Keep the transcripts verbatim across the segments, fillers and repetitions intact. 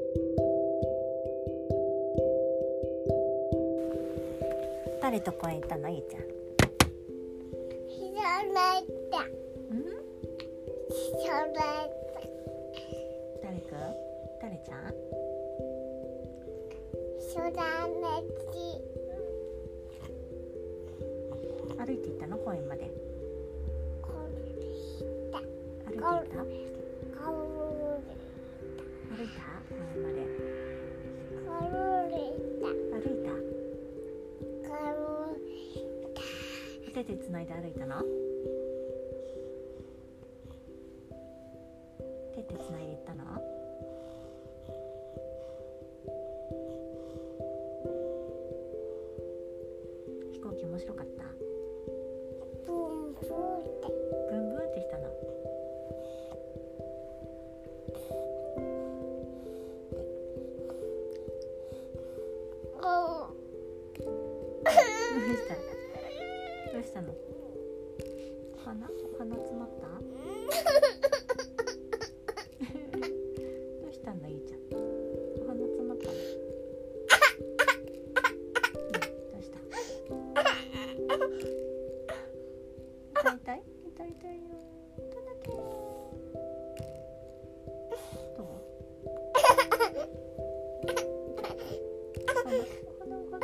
誰と公園行ったのゆうちゃん。 知らないだ。 うん知らないだ。 誰くん誰ちゃん。 知らないし。 歩いて行ったの公園まで。 これした歩いて行ったこれ歩いた公園まで。 これした歩いた。 こお手手つないで歩いたの。手手つないで行ったの。飛行機面白かった。 ブンブンってブンブンってしたの。 おどうしたどうしたの。お花お花詰まったどうしたのゆうちゃん。お花詰まったの、うん、どうした。痛い痛い痛い痛いよ。どんだけどう。お花お花お花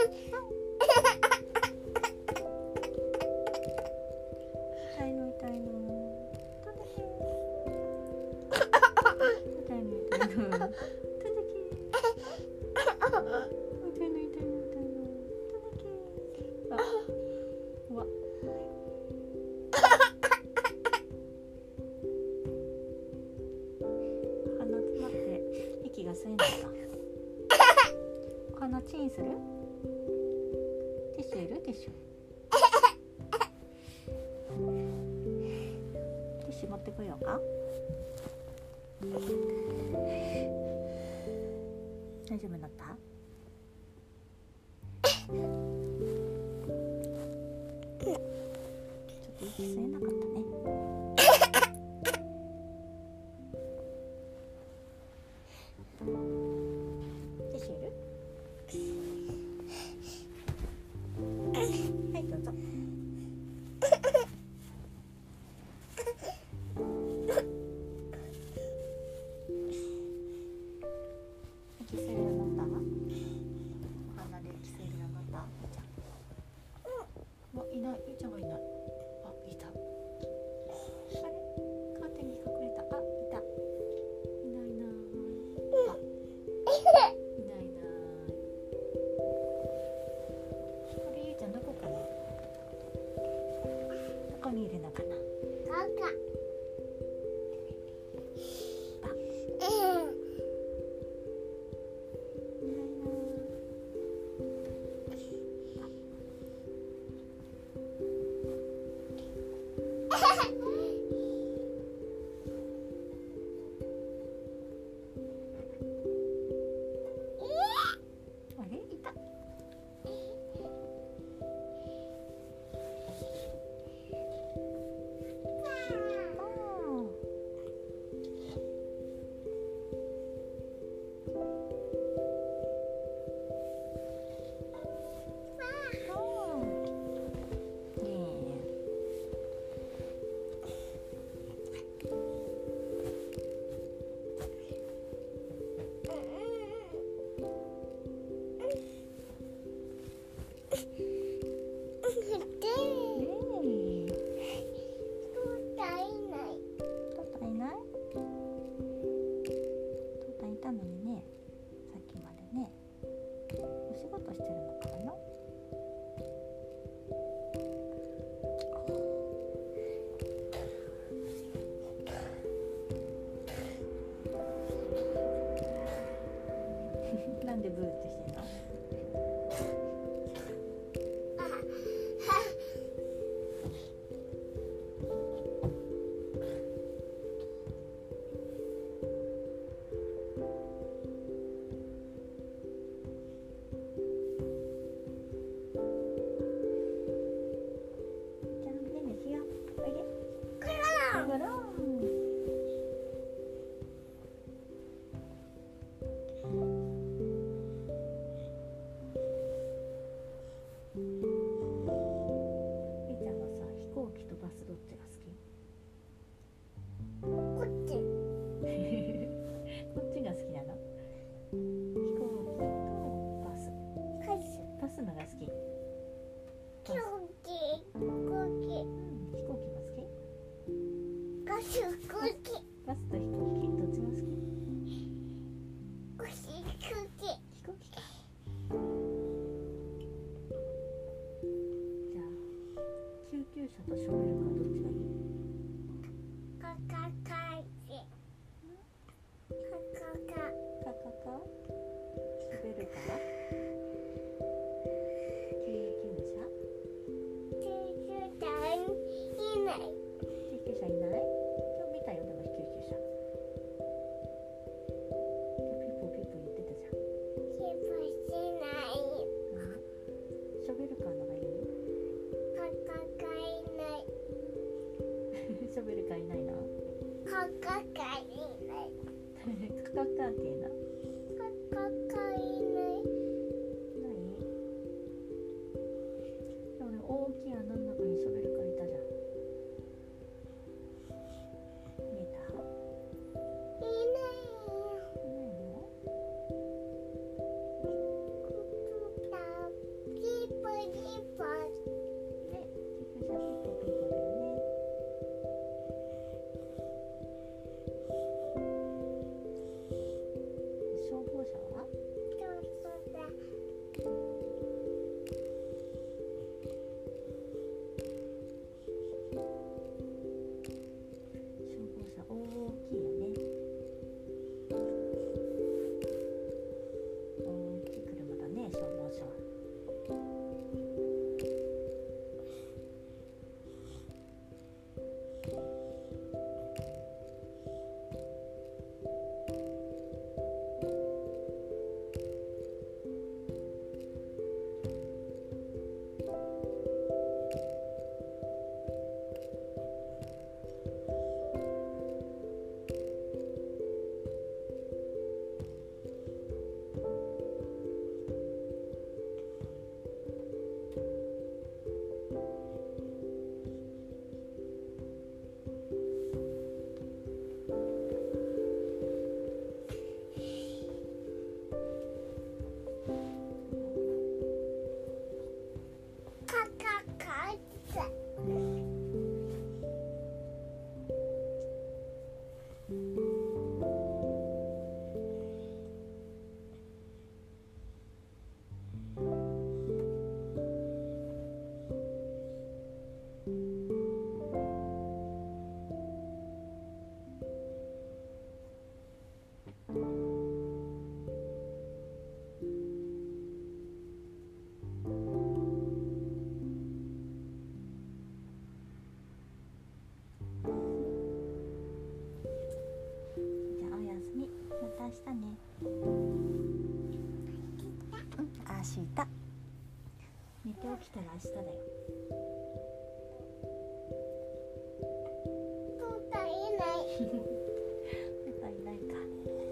痛いの痛いの。どんだけ痛いの痛いの。どんだけ痛いの痛いの痛いの。どんだけ。あ、うわ。鼻詰まって息が吸えないか。鼻チンする？ティッシュいる？ティッシュ。ティッシュ持ってこようか。大丈夫になった？ちょっと息吸えなかったね。ティッシュいる？はいどうぞ。息吸えるようになった？お鼻で息吸えるようになった？あ、いない。ゆうちゃんがいない。あ、いた。あれ？カーテンに隠れた。あ、いた。いないいない。あ、いないいない。これゆうちゃんどこかな？どこにいるのかな？あれ？いた。なんでブーってしてんの？じゃんけんですよ。おいで。ゴロン。 車とショベルカーどっちがいい？ カカカイカカカカカカショベルカー救急車救急隊いない救急車いない？今日見たよ、でも救急車今日ピッポピッポ言ってたじゃん。 キープしないショベルカーのがいい？ カカカいないショベルカーいないの？ カカカいないカカカーっていうの？ カカカいない何？でもね、大きい穴の中にショベルカーいたじゃん。見えた？ いないいないの？ ピーポピーポね、救急車ピッポピッポだよね。消防車は？ どこだ消防車大きいよね。大きい車だね、消防車は。 カカカイじゃあおやすみ。また明日ね。うん、明日。寝て起きたら明日だよ。 パパいないパパいないか。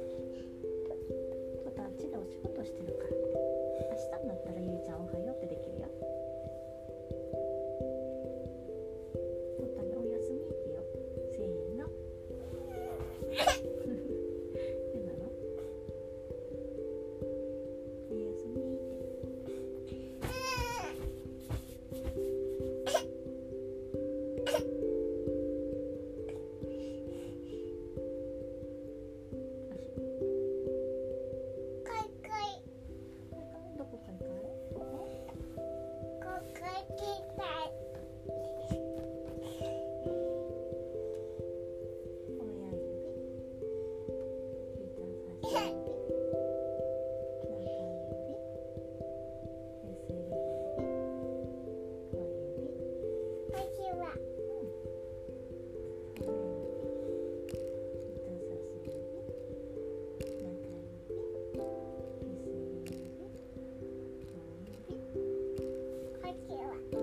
パパあっちでお仕事してるから。明日になったらゆいちゃんおはようってできるよ。パパにおやすみって言おう。せーの。変なの？おやすみって。 カイカイどこかいかい？ここ？ カカイたい親指、人差し指、中指、薬指、小指、 私は親指、人差し指、中指、薬指、小指、 私は親指、人差し指、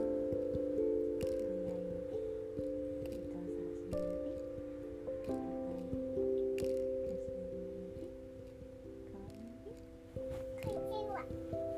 中指、薬指、小指、 私は